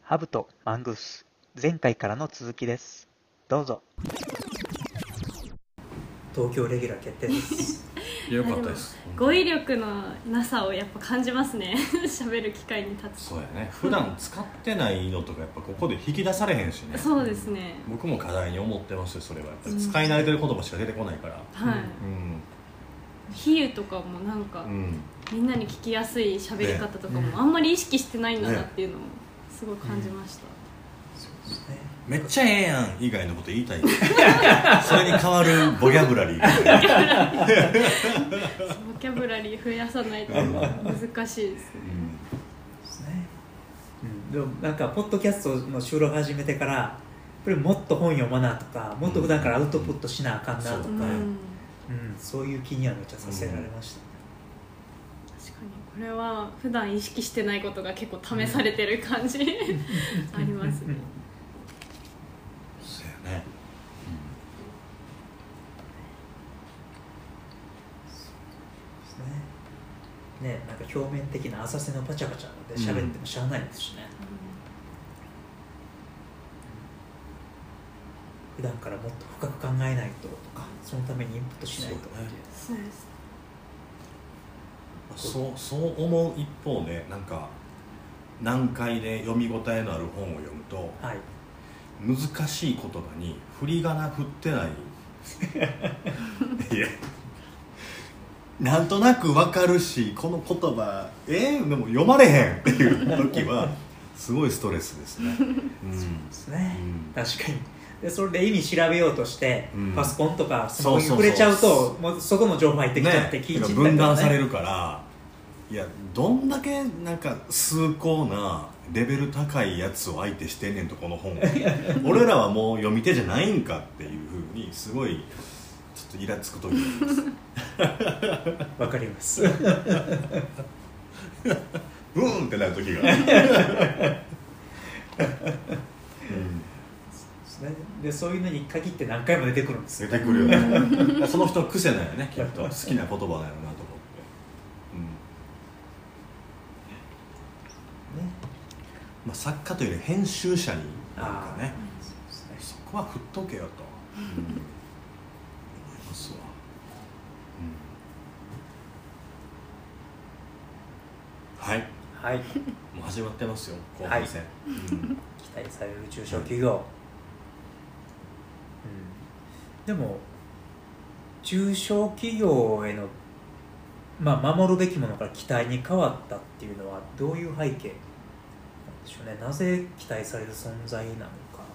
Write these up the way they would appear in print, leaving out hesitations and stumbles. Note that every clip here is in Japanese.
ハブとマングース、前回からの続きです。どうぞ。 東京レギュラー決定です。 よかったです。 語彙力のなさをやっぱ感じますね。喋る機会に立つ。 そうやね。普段使ってないのとかやっぱここで引き出されへんしね。 そうですね。 僕も課題に思ってますよ。それはやっぱり使い慣れてる言葉しか出てこないから。 はい。比喩とかもなんか、みんなに聞きやすい喋り方とかもあんまり意識してないんだなっていうのをすごい感じました。 そうですね。 めっちゃええやん以外のこと言いたい。それに代わるボキャブラリー。 ボキャブラリー増やさないと難しいですね。 でもなんかポッドキャストの収録始めてからやっぱりもっと本読まなとか、もっと普段からアウトプットしなあかんなとか、そういう気にはめっちゃさせられましたね。 確かにこれは普段意識してないことが結構試されてる感じありますね。 そうやね。 ね、なんか表面的な浅瀬のパチャパチャで喋ってもしゃあないですしね、普段からもっと深く考えないととか、そのためにインプットしないとっていう。 そうですそう思う一方で、なんか難解で読み応えのある本を読むと、難しい言葉に振り仮名振ってないいやなんとなく分かるし、この言葉でも読まれへんっていう時はすごいストレスですね。 そうですね、確かに。でそれで意味調べようとして、パソコンとかスマホに触れちゃうと、もうそこの情報入ってきちゃって聞いちゃったりとかね、 分断されるから、いやどんだけなんか崇高なレベル高いやつを相手してんねんと、この本俺らはもう読み手じゃないんかっていうふうにすごいちょっとイラつく時があります。 わかりますブーンってなる時がでそういうのに限って何回も出てくるんですよ。 出てくるよね。その人の癖なんやね、きっと好きな言葉なんやろなと思って、作家というより編集者になんかね、そこは振っとけよと、思いますわ。はい、もう始まってますよ、後半戦。 期待される中小企業、でも中小企業への、守るべきものから期待に変わったっていうのはどういう背景なんでしょうね。なぜ期待される存在なのか。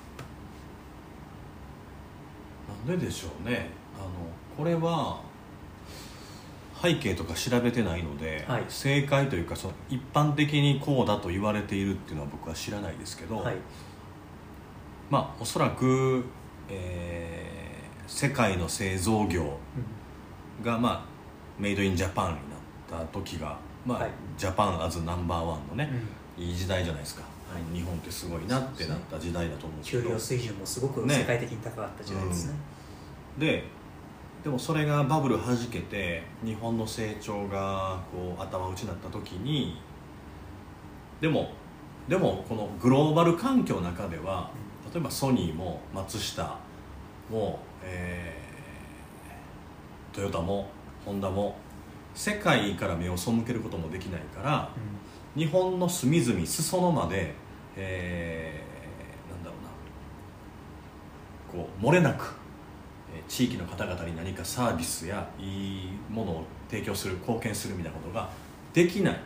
なんででしょうね。これは背景とか調べてないので、正解というか、その一般的にこうだと言われているっていうのは僕は知らないですけど、おそらく、世界の製造業が、メイドインジャパンになった時が、ジャパンアズナンバーワンのね、いい時代じゃないですか。日本ってすごいなってなった時代だと思うんですけど、 給料水準もすごく世界的に高かった時代ですね。 でもそれがバブルはじけて日本の成長がこう頭打ちになった時に、でもこのグローバル環境の中では、例えばソニーも松下も、トヨタもホンダも世界から目を背けることもできないから、日本の隅々裾野まで、こう漏れなく地域の方々に何かサービスやいいものを提供する、貢献するみたいなことができない。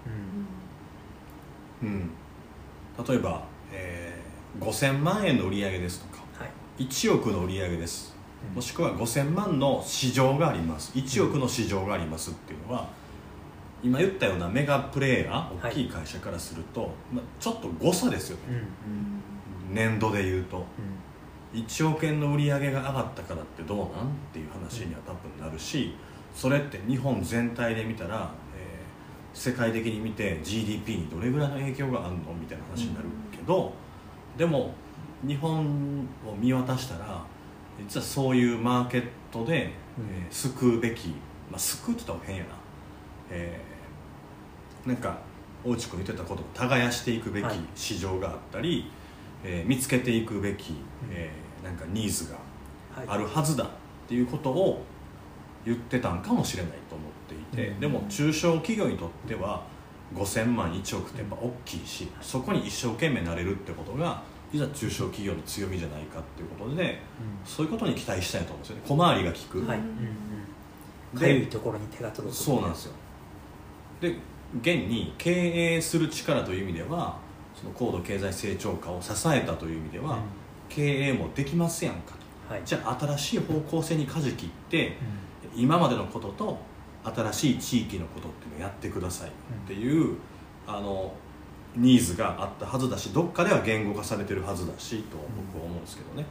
例えば、5000万円の売り上げですとか、1億の売り上げです、もしくは5000万の市場があります、1億の市場がありますっていうのは、今言ったようなメガプレーヤー、大きい会社からすると、ちょっと誤差ですよね、年度で言うと。1億円の売り上げが上がったからってどうなんっていう話には多分なるし、それって日本全体で見たら、世界的に見て GDP にどれぐらいの影響があるのみたいな話になるけど、でも日本を見渡したら実はそういうマーケットで、救うべき、救うって言ったら変やな、なんか大内君言ってたことを耕していくべき市場があったり、見つけていくべき、なんかニーズがあるはずだっていうことを言ってたんかもしれないと思っていて、でも中小企業にとっては5000万1億ってやっぱ大きいし、そこに一生懸命なれるってことがいざ中小企業の強みじゃないかっていうことで、そういうことに期待したいと思うんですよね。小回りが利く、 かゆいところに手が届く。 そうなんですよ。で現に経営する力という意味ではその高度経済成長化を支えたという意味では、経営もできますやんかと、じゃあ新しい方向性に舵切って、今までのことと新しい地域のことっていうのをやってくださいっていう、ニーズがあったはずだし、どっかでは言語化されてるはずだしと僕は思うんですけどね。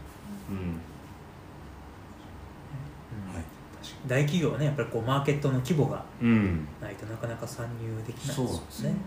大企業はね、やっぱりこうマーケットの規模がないとなかなか参入できないですよね。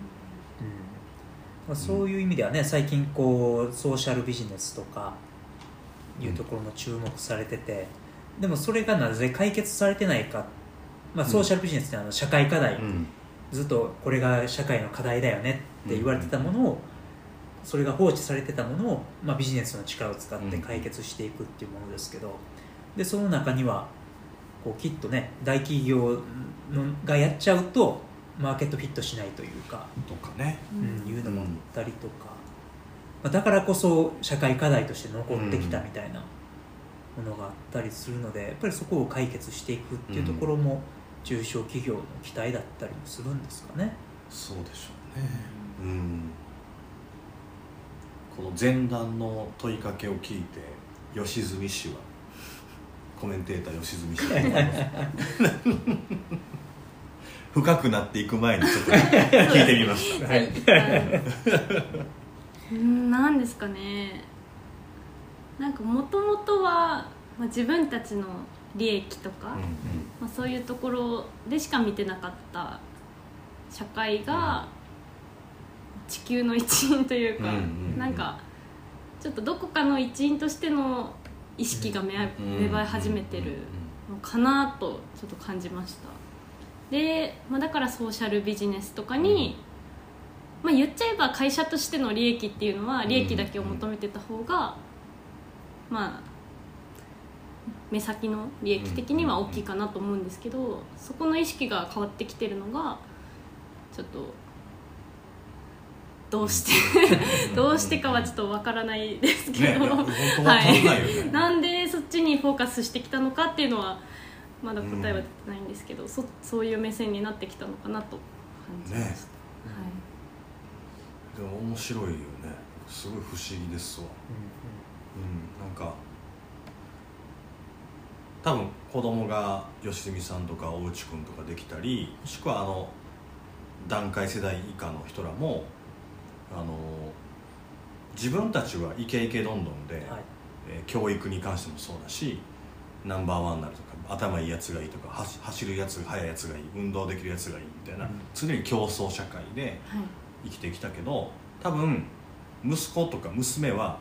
そういう意味ではね、最近こうソーシャルビジネスとかいうところも注目されてて、でもそれがなぜ解決されてないか、ソーシャルビジネスって社会課題、ずっとこれが社会の課題だよねって言われてたものを、それが放置されてたものを、ビジネスの力を使って解決していくっていうものですけど、でその中にはこうきっとね、大企業がやっちゃうとマーケットフィットしないというか、 とかね、 いうのもあったりとか、だからこそ社会課題として残ってきたみたいなものがあったりするので、やっぱりそこを解決していくっていうところも中小企業の期待だったりもするんですかね。 そうでしょうね。この前段の問いかけを聞いて吉住氏は、コメンテーター吉住氏は深くなっていく前にちょっと聞いてみました。 なんですかね、なんかもともとは、自分たちの利益とか、そういうところでしか見てなかった社会が地球の一員というか、なんかちょっとどこかの一員としての意識が芽生え始めてるのかなとちょっと感じました。で、だからソーシャルビジネスとかに、言っちゃえば会社としての利益っていうのは利益だけを求めてた方が、目先の利益的には大きいかなと思うんですけど、そこの意識が変わってきてるのがちょっとどうしてかはちょっとわからないですけど、なんでそっちにフォーカスしてきたのかっていうのはまだ答えは出てないんですけど、そういう目線になってきたのかなと感じました。 でも面白いよね。すごい不思議ですわ。なんか多分子供が吉住さんとか大内くんとかできたり、もしくは団塊世代以下の人らも自分たちはイケイケどんどんで、教育に関してもそうだし、ナンバーワンになるとか、頭いいやつがいいとか、走るやつが速いやつがいい、運動できるやつがいいみたいな、常に競争社会で生きてきたけど、多分息子とか娘は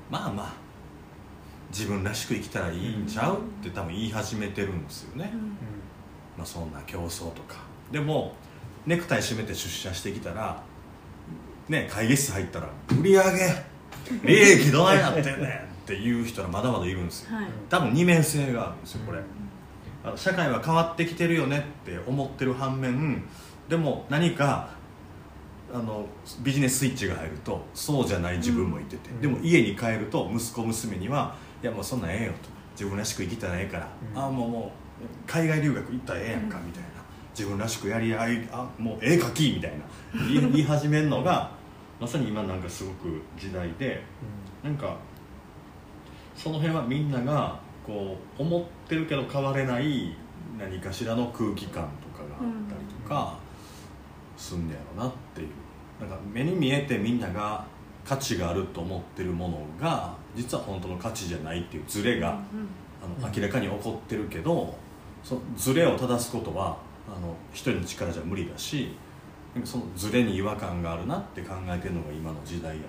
自分らしく生きたらいいんちゃうって多分言い始めてるんですよね。そんな競争とかでも、ネクタイ締めて出社してきたらね、会議室入ったら売り上げ利益どないなってんねんっていう人はまだまだいるんですよ。多分二面性があるんですよこれ。社会は変わってきてるよねって思ってる反面、でも何かビジネススイッチが入るとそうじゃない自分もいてて、でも家に帰ると息子娘にはいやもうそんなんええよと、自分らしく生きたらええから、もう海外留学行ったらええやんかみたいな、自分らしくやり合い、もう絵描きみたいな言い始めるのがまさに今なんかすごく時代で、なんかその辺はみんながこう思ってるけど変われない何かしらの空気感とかがあったりとかすんねやろなっていう、なんか目に見えてみんなが価値があると思ってるものが実は本当の価値じゃないっていうズレが明らかに起こってるけど、そのズレを正すことは一人の力じゃ無理だし、そのズレに違和感があるなって考えてるのが今の時代やろなって、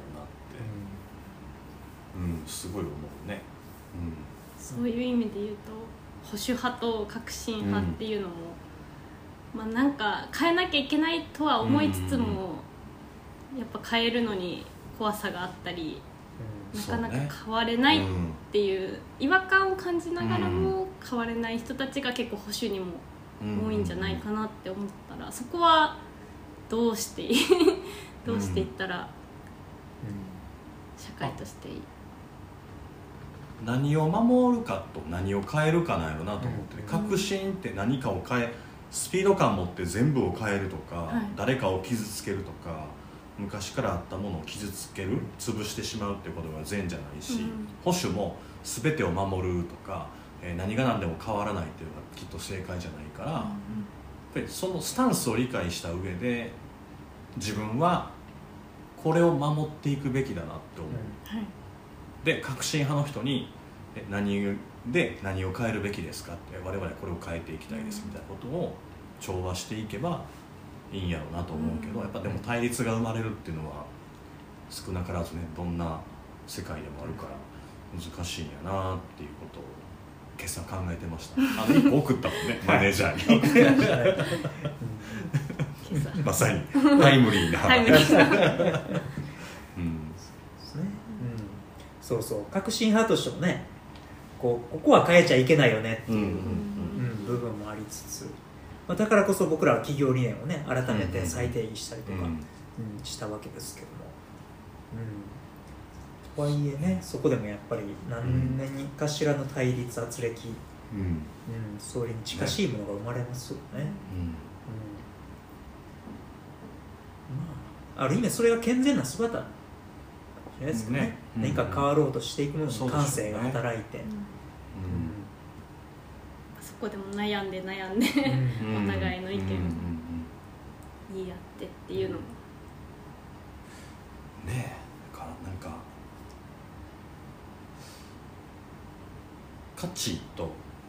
すごい思うね。 そういう意味で言うと保守派と革新派っていうのも、なんか変えなきゃいけないとは思いつつも、 やっぱ変えるのに怖さがあったり、なかなかそうね変われないっていう違和感を感じながらも変われない人たちが結構保守にも多いんじゃないかなって思ったら、そこはどうしていったら社会としていい、 何を守るかと何を変えるかなんやろなと思って、革新って何かを変え、スピード感を持って全部を変えるとか、 はい、 誰かを傷つけるとか、昔からあったものを傷つける、潰してしまうっていうことが善じゃないし、保守も全てを守るとか、何が何でも変わらないっていうのがきっと正解じゃないから、やっぱりそのスタンスを理解した上で自分はこれを守っていくべきだなって思う、 はい、 で革新派の人に何で何を変えるべきですかって、我々これを変えていきたいですみたいなことを調和していけばいいんやろうなと思うけど、やっぱでも対立が生まれるっていうのは少なからずね、どんな世界でもあるから難しいんやなっていうことを今朝考えてました。1個送ったもんねマネージャーにまさにタイムリーなそうそう、革新派としてもね、ここは変えちゃいけないよねっていう部分もありつつ、だからこそ僕らは企業理念をね改めて再定義したりとかしたわけですけども、とはいえね、そこでもやっぱり何年かしらの対立圧力、それに近しいものが生まれますよね。ある意味それが健全な姿じゃないですかね。何か変わろうとしていくものに感性が働いて、 そこでも悩んでお互いの意見を言い合ってっていうのもねえ、だからなんか価値と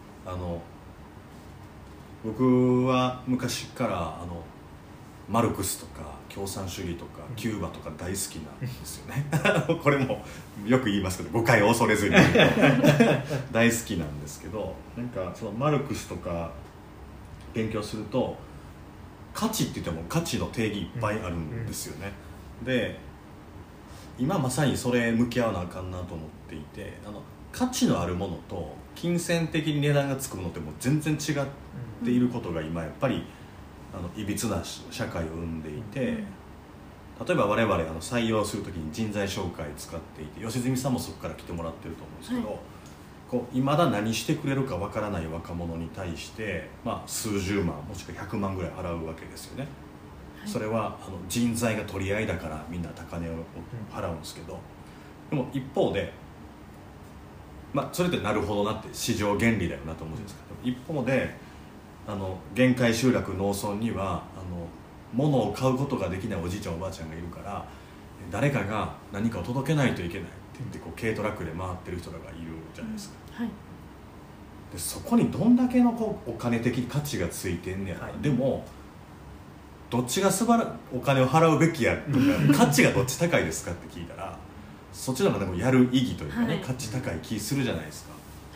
僕は昔からマルクスとか共産主義とかキューバとか大好きなんですよねこれもよく言いますけど誤解を恐れずに大好きなんですけど、なんかそのマルクスとか勉強すると価値って言っても価値の定義いっぱいあるんですよね。で今まさにそれ向き合わなあかんなと思っていて、価値のあるものと金銭的に値段がつくものってもう全然違っていることが今やっぱりいびつな社会を生んでいて、例えば我々採用するときに人材紹介使っていて、吉住さんもそこから来てもらってると思うんですけど、いまだ何してくれるかわからない若者に対して、数十万もしくは100万ぐらい払うわけですよね。それは人材が取り合いだからみんな高値を払うんですけど、でも一方で、それってなるほどなって市場原理だよなと思うんですけど、一方で限界集落農村には物を買うことができないおじいちゃんおばあちゃんがいるから、誰かが何かを届けないといけないって言って軽トラックで回ってる人らがいるじゃないですか、でそこにどんだけのお金的価値がついてんねや、でもどっちがお金を払うべきやとか価値がどっち高いですかって聞いたら、そっちの方がでもやる意義というかね、価値高い気するじゃないですか、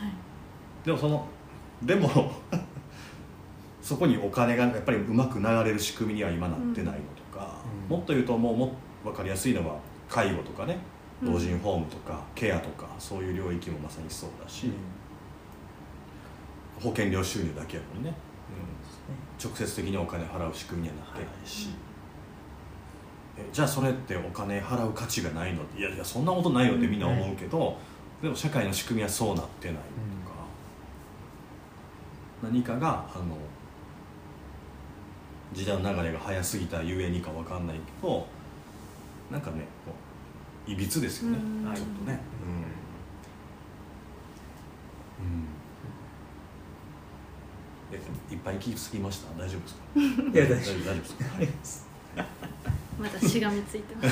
でもそこにお金がやっぱりうまく流れる仕組みには今なってないのとか、もっと言うともう分かりやすいのは介護とかね、老人ホームとかケアとかそういう領域もまさにそうだし、保険料収入だけやのにね、直接的にお金払う仕組みにはなってないし、じゃあそれってお金払う価値がないのって、いやそんなことないよってみんな思うけど、でも社会の仕組みはそうなってないとか、何かが時代の流れが早すぎたゆえにか分かんないけど、なんかねいびつですよね、ちょっとね、いっぱい聞きすぎました？大丈夫ですか？ いや大丈夫ですまだしがみついてます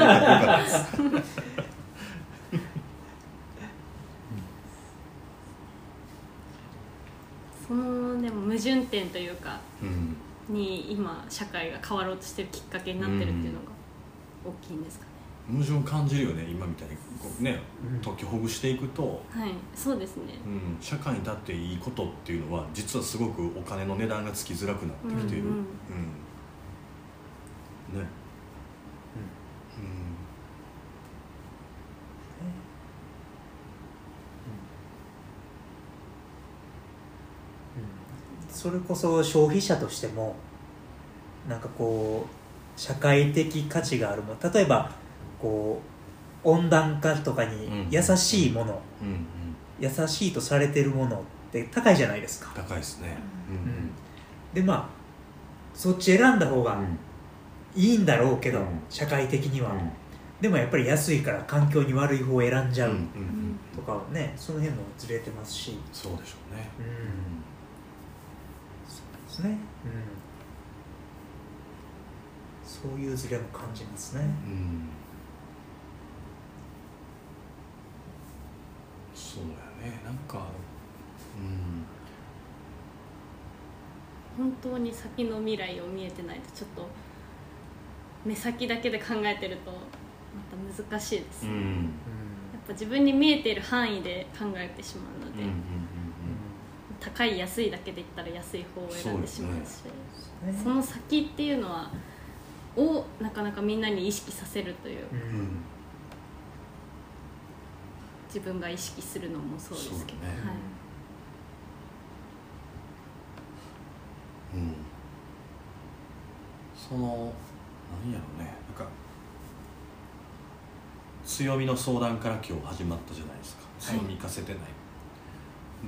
そのでも矛盾点というか、に今社会が変わろうとしてるきっかけになってるっていうのが大きいんですかね。 矛盾を感じるよね、今みたいにね、解きほぐしていくと、 そうですね、 社会に立っていいことっていうのは実はすごくお金の値段がつきづらくなってきている、ね。 それこそ消費者としてもなんかこう社会的価値があるもの、例えばこう温暖化とかに優しいもの、優しいとされてるものって高いじゃないですか。 高いですね、 でまあそっち選んだ方がいいんだろうけど、社会的には、でもやっぱり安いから環境に悪い方を選んじゃうとかはね、その辺もずれてますし。 そうでしょうね。 そうですね、そういうずれも感じますね。 そうだよね。なんか本当に先の未来を見えてないとちょっと目先だけで考えてるとまた難しいですね。やっぱ自分に見えている範囲で考えてしまうので、高い安いだけで言ったら安い方を選んでしまうし、その先っていうのはをなかなかみんなに意識させるという、自分が意識するのもそうですけど、 その何やろうね、なんか強みの相談から今日始まったじゃないですか。強み生かせてない、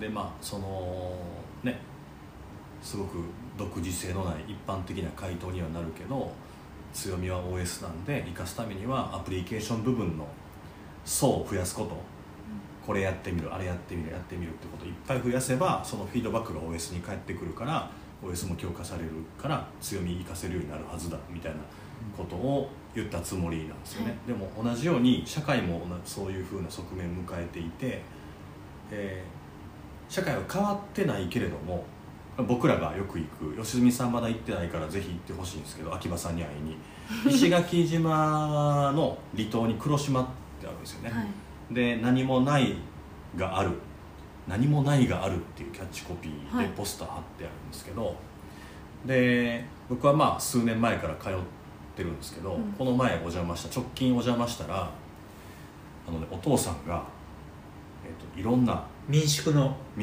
でまあそのねすごく独自性のない一般的な回答にはなるけど、強みは OS なんで生かすためにはアプリケーション部分の層を増やすこと、これやってみる、あれやってみる、やってみるってことをいっぱい増やせば、そのフィードバックが OS に返ってくるから OS も強化されるから強み生かせるようになるはずだみたいなことを言ったつもりなんですよね。でも同じように社会もそういうふうな側面を迎えていて、社会は変わってないけれども、僕らがよく行く、良純さんまだ行ってないからぜひ行ってほしいんですけど、秋葉さんに会いに石垣島の離島に黒島ってあるんですよね、で何もないがある、何もないがあるっていうキャッチコピーでポスター貼ってあるんですけど、で僕はまあ数年前から通ってるんですけど、この前直近お邪魔したらお父さんが、いろんな民宿のよ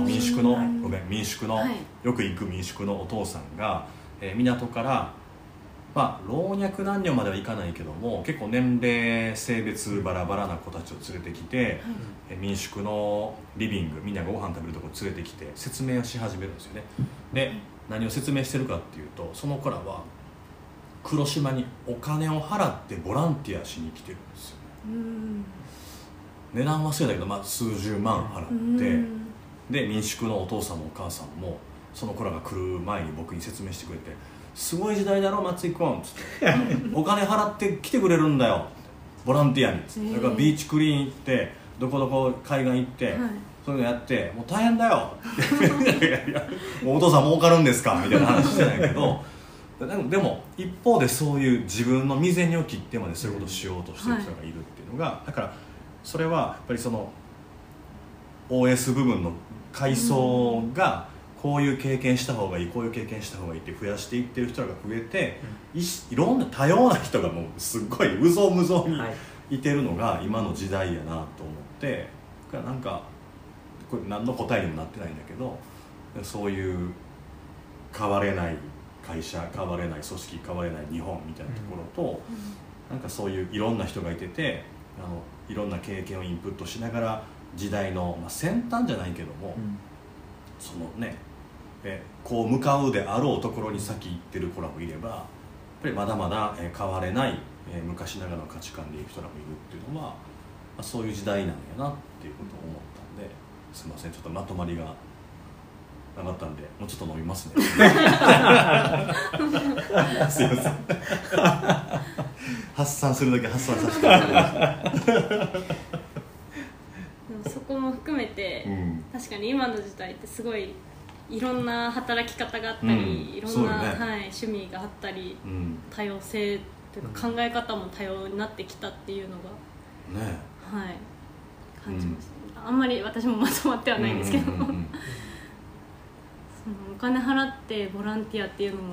く行く民宿のお父さんが、港からまあ老若男女まではいかないけども結構年齢性別バラバラな子たちを連れてきて、民宿のリビング、みんなご飯食べるところ連れてきて説明をし始めるんですよね。で何を説明してるかっていうと、その子らは黒島にお金を払ってボランティアしに来てるんですよね。値段忘れたけど、まあ、数十万払って、で民宿のお父さんもお母さんもその子らが来る前に僕に説明してくれて、すごい時代だろ松井君っつってお金払って来てくれるんだよボランティアにっつって、だからビーチクリーン行ってどこどこ海岸行って、そういうのやってもう大変だよもうお父さん儲かるんですかみたいな話してないけどでも一方でそういう自分の身銭を切ってまでそういうことをしようとしてる人がいるっていうのが、だからそれはやっぱりその OS 部分の階層がこういう経験した方がいい、こういう経験した方がいいって増やしていってる人が増えて、いろんな多様な人がもうすっごいうぞうむぞうにいてるのが今の時代やなと思って、なんかこれ何の答えにもなってないんだけど、そういう変われない会社、変われない組織、変われない日本みたいなところと、なんかそういういろんな人がいてて、いろんな経験をインプットしながら時代の、先端じゃないけども、そのねこう向かうであろうところに先行ってる子らもいれば、やっぱりまだまだ変われない昔ながらの価値観でいく人らもいるっていうのは、そういう時代なんやなっていうことを思ったんで、すいませんちょっとまとまりがなかったんでもうちょっと飲みますねすいません発散するだけ発散させてもらいましたでもそこも含めて、確かに今の時代ってすごいいろんな働き方があったり、いろんな、趣味があったり、多様性というか考え方も多様になってきたっていうのが、感じました、あんまり私もまとまってはないんですけど、そのお金払ってボランティアっていうのも、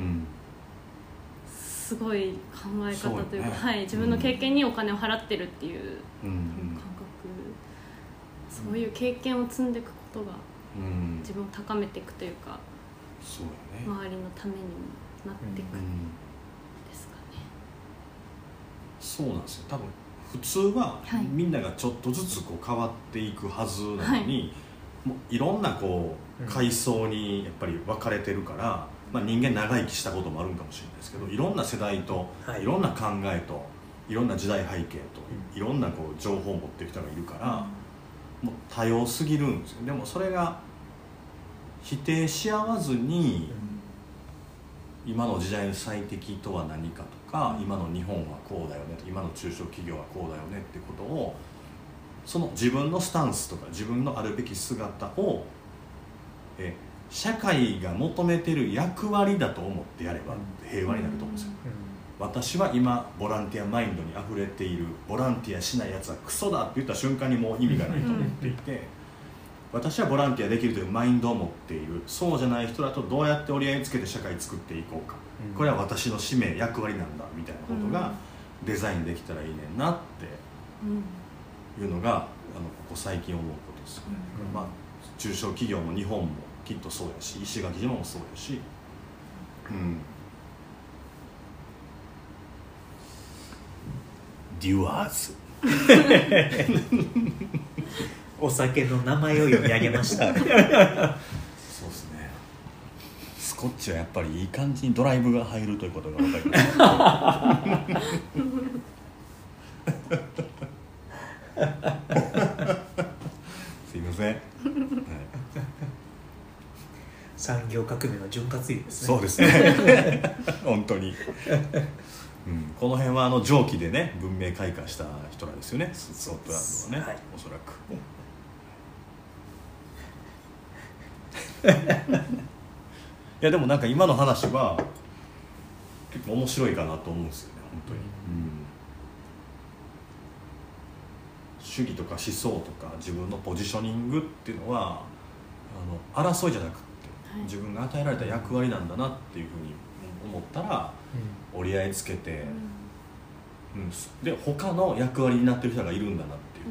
すごい考え方というか、自分の経験にお金を払ってるっていう感覚、そういう経験を積んでいくことが自分を高めていくというか、 そうやね、 周りのためにもなっていくんですかね。 そうなんですよ。多分普通はみんながちょっとずつこう変わっていくはずなのに、もういろんなこう階層にやっぱり分かれてるから、まあ、人間長生きしたこともあるんかもしれないですけど、いろんな世代といろんな考えといろんな時代背景といろんなこう情報を持ってる人がいるから、もう多様すぎるんですよ。でもそれが否定し合わずに、今の時代の最適とは何かとか、今の日本はこうだよねと、今の中小企業はこうだよねってことを、その自分のスタンスとか自分のあるべき姿を社会が求めてる役割だと思ってやれば平和になると思うんですよ。私は今ボランティアマインドにあふれている、ボランティアしないやつはクソだって言った瞬間にもう意味がないと思っていて、私はボランティアできるというマインドを持っている、そうじゃない人だとどうやって折り合いつけて社会作っていこうか、これは私の使命役割なんだみたいなことがデザインできたらいいねんなっていうのがここ最近思うことですよね。まあ、中小企業も日本もきっとそうやし、石垣島もそうやし、デュアーズお酒の名前を読み上げましたそうですね。スコッチはやっぱりいい感じにドライブが入るということが分かりましたすいません、はい、 産業革命の潤滑油ですね。 そうですね本当に、この辺は蒸気でね文明開化した人らですよね、スコットランドはね、はい、おそらくいやでもなんか今の話は結構面白いかなと思うんですよね、本当に、主義とか思想とか自分のポジショニングっていうのは争いじゃなくて、自分が与えられた役割なんだなっていうふうに思ったら、折り合いつけて、で他の役割になってる人がいるんだなっていう、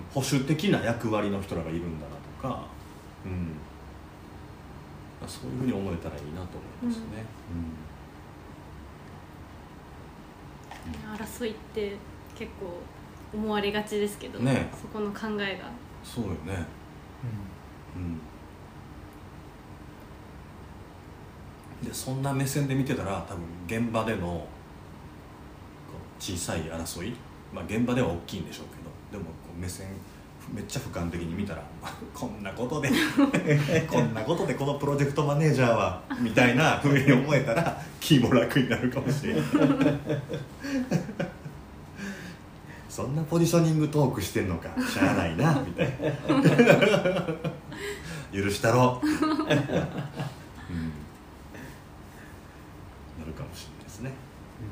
保守的な役割の人らがいるんだなとか、そういうふうに思えたらいいなと思いますね。 争いって結構思われがちですけど、ね、そこの考えがそうよね、でそんな目線で見てたら多分現場での小さい争い、まあ、現場では大きいんでしょうけど、でも目線めっちゃ俯瞰的に見たらこんなことでこんなことでこのプロジェクトマネージャーはみたいなふうに思えたら気も楽になるかもしれないそんなポジショニングトークしてんのかしゃあないなみたいな許したろなるかもしれないですね。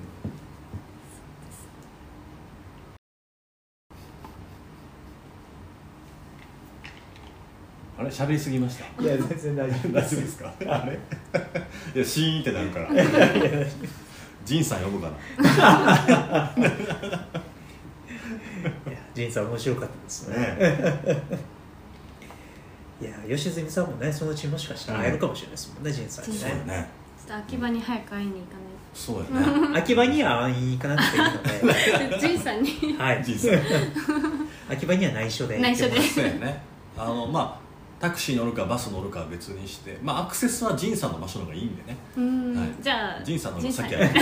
あれ喋りすぎました。 いや全然大丈夫大丈夫ですか。あれいやシーンってなるからジンさん呼ぶかな。 いやジンさん面白かったですね。いや吉住さんもねそのうちもしかしたら会えるかもしれないですもんね、ジンさんにね。 そうね。 ちょっと秋葉に早く会いに行かないと。 そうやね。 秋葉には会いに行かなくていいのでジンさんにはいジンさん秋葉には内緒で内緒でそうやね。まあタクシー乗るかバス乗るかは別にして、まあアクセスはジンさんの場所の方がいいんでね。はい、 じゃあジンさんの方が先やね。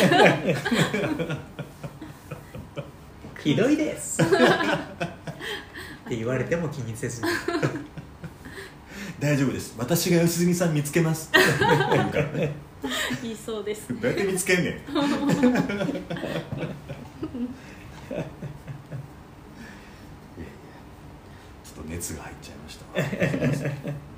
ひどいですって言われても気にせずに大丈夫です、私が吉住さん見つけますって言うからね。 言いそうです、ね、 どうやって見つけんねんちょっと熱が入っちゃいました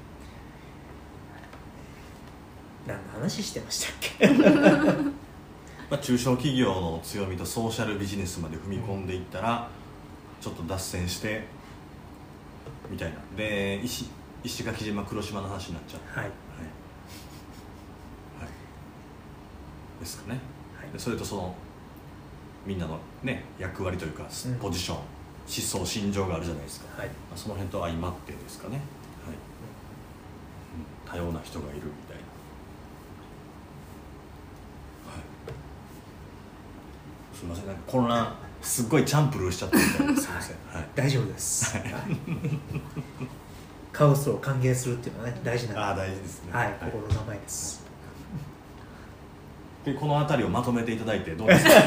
何の話してましたっけまあ中小企業の強みとソーシャルビジネスまで踏み込んでいったら、ちょっと脱線してみたいなで石垣島黒島の話になっちゃう。はい、はいはい、ですかね、はい、でそれとそのみんなのね役割というかポジション、思想心情があるじゃないですか、はい、まあ、その辺と相まってですかね、はい、多様な人がいるみたいな、 すみません、なんか混乱すっごいチャンプルーしちゃったみたいです。すみません、はい、 大丈夫です、はい、カオスを歓迎するっていうのはね大事な大事ですね、 はい、心構えです、 でこの辺りをまとめていただいてどうですか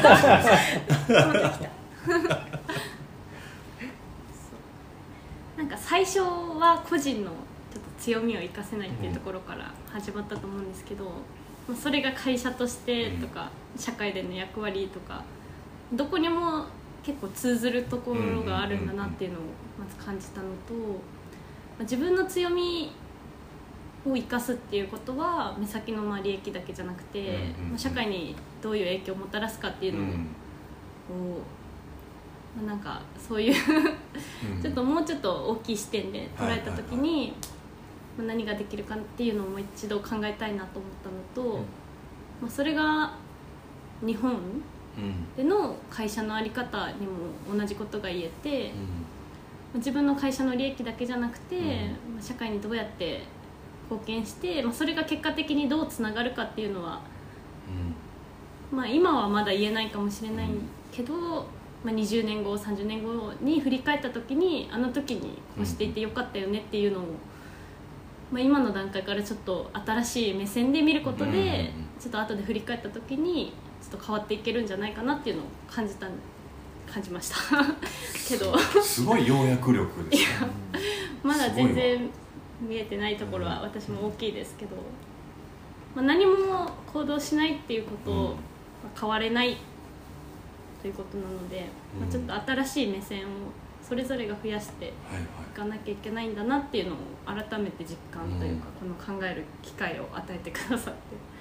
なんか最初は個人のちょっと強みを生かせないっていうところから始まったと思うんですけど、それが会社としてとか、社会での役割とかどこにも結構通ずるところがあるんだなっていうのをまず感じたのと、自分の強みを生かすっていうことは目先の利益だけじゃなくて、社会にどういう影響をもたらすかっていうのを、なんかそういうちょっともうちょっと大きい視点で捉えた時に何ができるかっていうのをもう一度考えたいなと思ったのと、それが日本での会社の在り方にも同じことが言えて、自分の会社の利益だけじゃなくて、社会にどうやって貢献して、それが結果的にどうつながるかっていうのは、今はまだ言えないかもしれないけど、20年後30年後に振り返った時にあの時にこうしていてよかったよねっていうのを、今の段階からちょっと新しい目線で見ることで、ちょっと後で振り返った時にちょっと変わっていけるんじゃないかなっていうのを感じましたけどすごい要約力ですねまだ全然見えてないところは私も大きいですけど、何も行動しないっていうことを変われないということなので、ちょっと新しい目線をそれぞれが増やしていかなきゃいけないんだなっていうのを改めて実感というか、この考える機会を与えてくださって、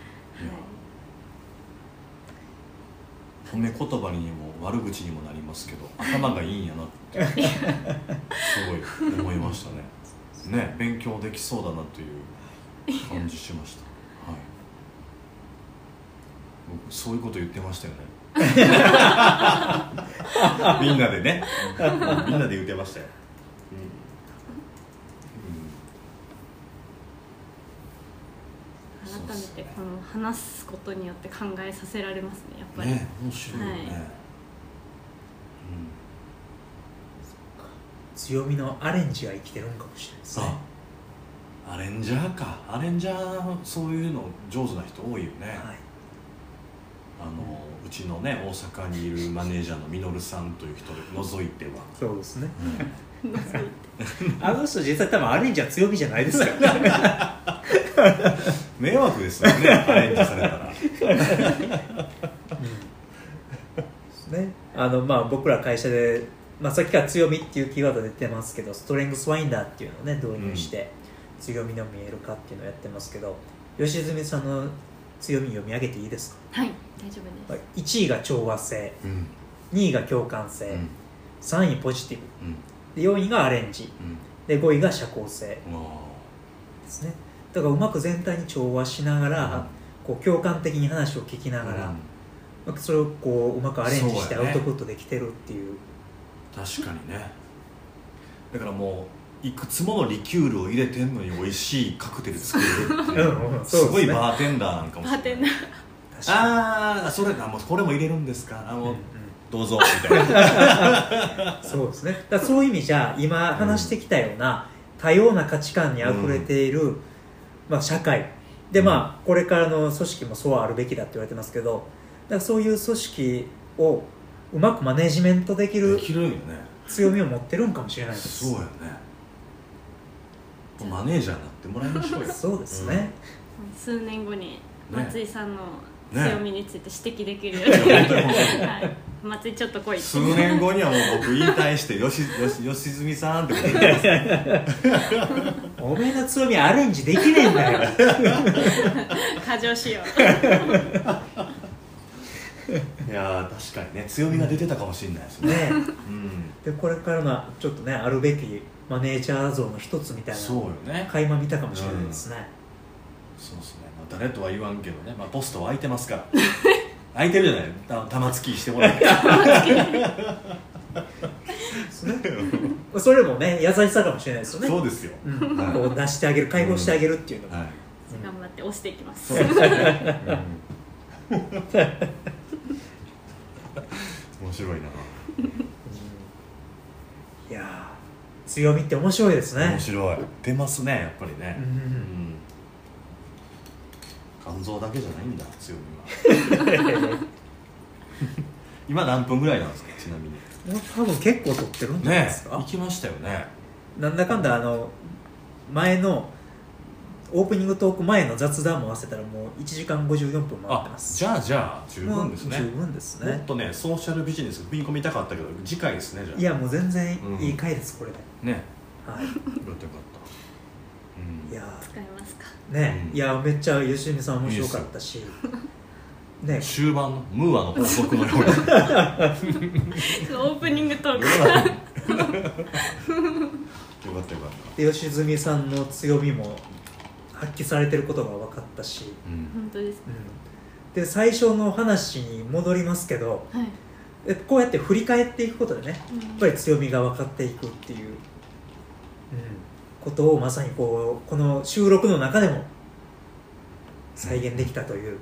褒め言葉にも悪口にもなりますけど、頭がいいんやなってすごい思いましたね。勉強できそうだなという感じしました。はい、僕そういうこと言ってましたよねみんなでねみんなで言ってましたよ、 改めてこの話すことによって考えさせられますね、やっぱりね、面白いよね、 強みのアレンジが生きてるんかもしれないですね。 アレンジャーか、アレンジャー、そういうの上手な人多いよね、はい、うちのね大阪にいるマネージャーのミノルさんという人で除いてはそうですね、あの人実際多分アレンジは強みじゃないですから迷惑ですよねアレンジされたらね、僕ら会社で、さっきから強みっていうキーワード出てますけど、ストレングスファインダーっていうのをね導入して、強みの見える化っていうのをやってますけど、吉住さんの強み読み上げていいですか？ はい、大丈夫です。 1位が調和性、2位が共感性、3位ポジティブ、で4位がアレンジ、で5位が社交性ですね。だからうまく全体に調和しながら、こう共感的に話を聞きながら、それをこううまくアレンジしてアウトプットできてるっていう。 確かにね。だからもういくつものリキュールを入れてんのに美味しいカクテル作れるっていうすごいバーテンダーなんかもしれない。バーテンダー。それもうこれも入れるんですか。どうぞみたいなそうですね。だからそういう意味じゃ今話してきたような多様な価値観にあふれている、社会で、これからの組織もそうあるべきだって言われてますけど、だからそういう組織をうまくマネジメントできる強みを持ってるんかもしれないです。 そうやね。マネージャーになってもらいましょうよそうですね、 数年後に松井さんの強みについて指摘できるように、はい、松井ちょっと来いって。 数年後にはもう僕引退して吉住さんってことになりますおめえの強みアレンジできねえんだよ過剰しよういや確かにね、強みが出てたかもしれないですね、 でこれからのちょっとねあるべきマネージャー像の一つみたいな垣間見たかもしれないですね。 そうですね、誰とは言わんけどね、ポストは空いてますから空いてるじゃない、玉突きしてもらってそれもね優しさかもしれないですよね。 そうですよ、 こう出してあげる、解放してあげるっていうのも、 頑張って押していきます白いな。 いや強みって面白いですね。 面白い。出ますねやっぱりね。肝臓だけじゃないんだ強みは。今何分ぐらいなんですかちなみに。 もう多分結構撮ってるんじゃないですか。 行きましたよね。 なんだかんだ前のオープニングトーク前の雑談も合わせたらもう1時間54分回ってます。 じゃあ十分ですね。 十分ですね。 もっとねソーシャルビジネス踏み込みたかったけど次回ですね。じゃあいやもう全然いい回です、これでね。 はい。 よかった。 いや使いますかね、いやめっちゃ吉見さん面白かったしね、 終盤のムーアの法則のようにオープニングトークよかったよかった。 で吉住さんの強みも発揮されてることが分かったし、 本当ですね、 で最初の話に戻りますけど、 はい、 こうやって振り返っていくことでね、やっぱり強みが分かっていくっていう、ことをまさにこの収録の中でも再現できたという、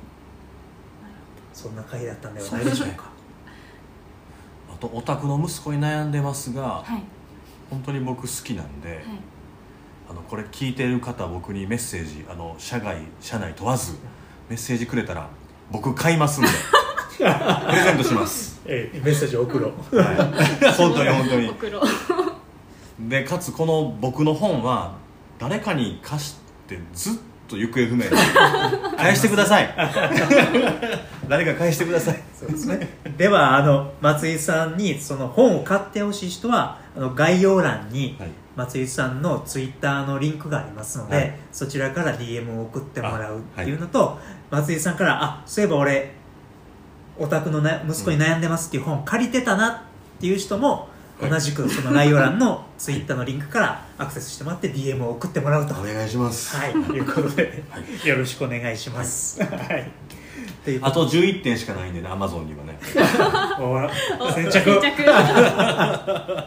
そんな回だったんではないでしょうか。 あとオタクの息子に悩んでますが、 はい、 本当に僕好きなんで、 はい、 これ聞いてる方僕にメッセージ社内問わずメッセージくれたら僕買いますんでプレゼントします。 メッセージ送ろう、 本当に送ろうでかつこの僕の本は誰かに貸してずっと行方不明で返してください誰か返してください。 そうですね。では松井さんにその本を買ってほしい人は概要欄に松井さんのツイッターのリンクがありますので、はい、そちらから DM を送ってもらうっていうのと、はい、松井さんからそういえば俺オタクの息子に悩んでますっていう本借りてたなっていう人も同じくその概要欄のツイッターのリンクからアクセスしてもらって DM を送ってもらうとお願いします。 はい、いうことで、はい、よろしくお願いします。はい。 あと11点しかないんでね、Amazon にはね。 先着。はい。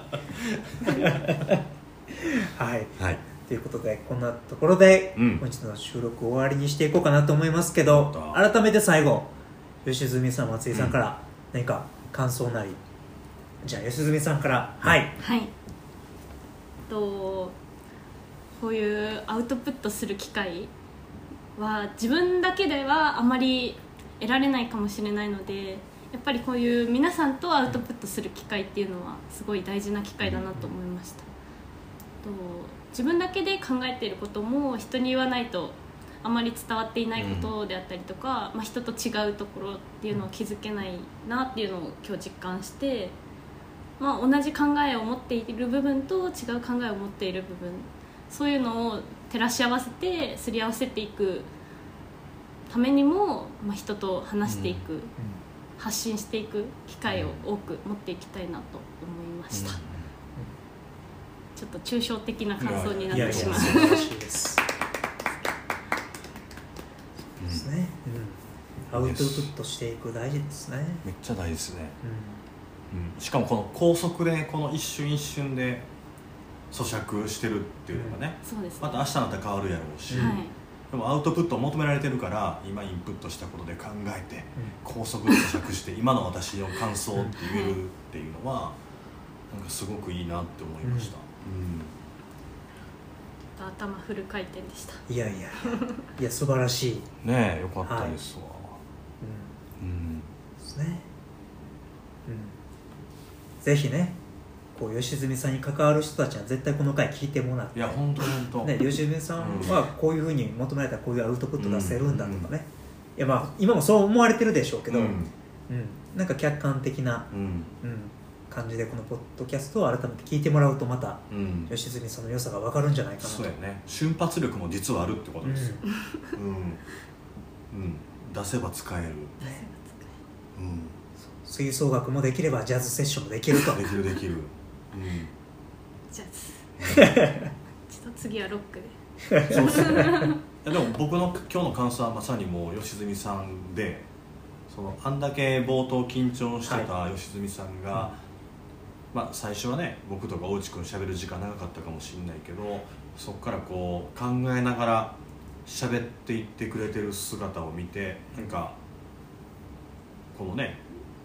はい。ということでこんなところで、本日の収録を終わりにしていこうかなと思いますけど、改めて最後吉住さん松井さんから何か感想なり。じゃあ吉住さんからはいこういうアウトプットする機会は自分だけではあまり得られないかもしれないので、やっぱりこういう皆さんとアウトプットする機会っていうのはすごい大事な機会だなと思いました。自分だけで考えていることも人に言わないとあまり伝わっていないことであったりとか、人と違うところっていうのを気づけないなっていうのを今日実感して、同じ考えを持っている部分と違う考えを持っている部分、そういうのを照らし合わせてすり合わせていくためにも、人と話していく、発信していく機会を多く持っていきたいなと思いました。ちょっと抽象的な感想になってしまう。 素晴らしいです。ですね。アウトプットしていく大事ですね。 めっちゃ大事ですね。しかもこの高速でこの一瞬一瞬で咀嚼してるっていうのがね、 そうですね、 また明日になったら変わるやろうし、でもアウトプットを求められてるから今インプットしたことで考えて、高速で咀嚼して今の私の感想って言えるっていうのはなんかすごくいいなって思いました。 頭フル回転でした。 いや素晴らしいねえ、よかったですわ。 ですね。ぜひね、こう吉住さんに関わる人たちは絶対この回聞いてもらって、 いや本当ね、吉住さんはこういうふうに求められたらこういうアウトプット出せるんだとかね、いや今もそう思われてるでしょうけど、なんか客観的な、感じでこのポッドキャストを改めて聞いてもらうとまた、吉住さんの良さが分かるんじゃないかなと。 そうやね、瞬発力も実はあるってことですよ。出せば使える。 吹奏楽もできればジャズセッションもできると。 できる、 ジャズちょっと次はロックで。 そうですね。でも僕の今日の感想はまさにもう吉住さんで、あんだけ冒頭緊張してた吉住さんが、最初はね僕とか大内くん喋る時間長かったかもしれないけど、そこからこう考えながら喋っていってくれてる姿を見て、なんかこのね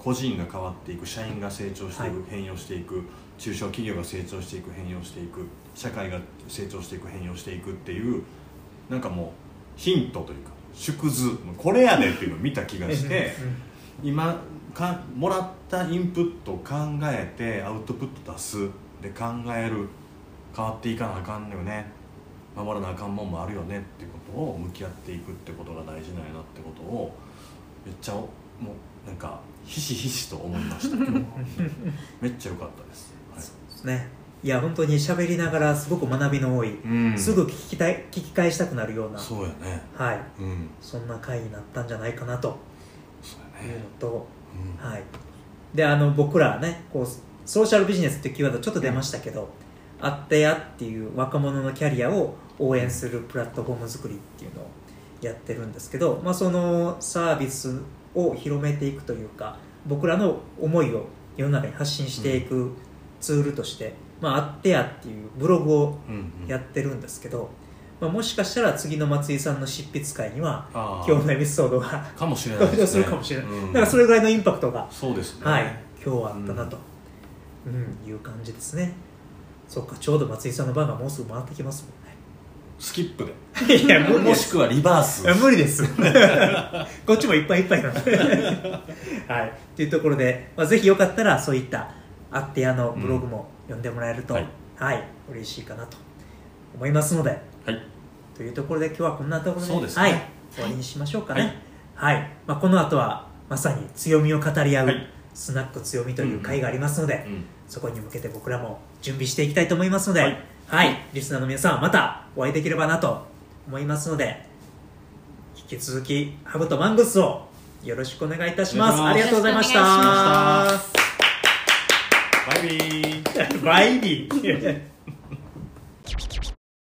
個人が変わっていく、社員が成長していく、 はい、 変容していく、中小企業が成長していく、変容していく、社会が成長していく、変容していくっていうなんかもうヒントというか縮図、これやでっていうのを見た気がして今もらったインプットを考えてアウトプット出すで考える、変わっていかなあかんのよね、守らなあかんもんもあるよねっていうことを向き合っていくってことが大事なんやなってことをめっちゃもうなんかひしひしと思いました今日はめっちゃ良かったです、はい、 そうですね。いや本当に喋りながらすごく学びの多い、すぐ聞き返したくなるような、 そうやね、 はい、そんな回になったんじゃないかなというのと、はい、で僕らねこうソーシャルビジネスっていうキーワードちょっと出ましたけど、あってやっていう若者のキャリアを応援するプラットフォーム作りっていうのをやってるんですけど、そのサービスを広めていくというか、僕らの思いを世の中に発信していくツールとして、あってやっていうブログをやってるんですけど、もしかしたら次の松井さんの執筆会には今日のエピソードがかもしれないですね、 登場するかもしれない、だからそれぐらいのインパクトがそうですね、 はい、今日はあったなと、いう感じですね。そっか、ちょうど松井さんの番がもうすぐ回ってきますもんね。 スキップでいや無理です、 もしくはリバース、 無理ですこっちもいっぱいいっぱいなのではいというところで、ぜひよかったらそういったあってやのブログも読んでもらえると、はい嬉しいかなと思いますので、 はい、 というところで今日はこんなところで、 そうですね、 はい、終わりにしましょうかね。はい、この後はまさに強みを語り合う、スナック強みという会がありますので、そこに向けて僕らも準備していきたいと思いますので、リスナーの皆さんまたお会いできればなと思いますので、引き続きハブとマングスをよろしくお願いいたします。ありがとうございました。 バイビーバイビー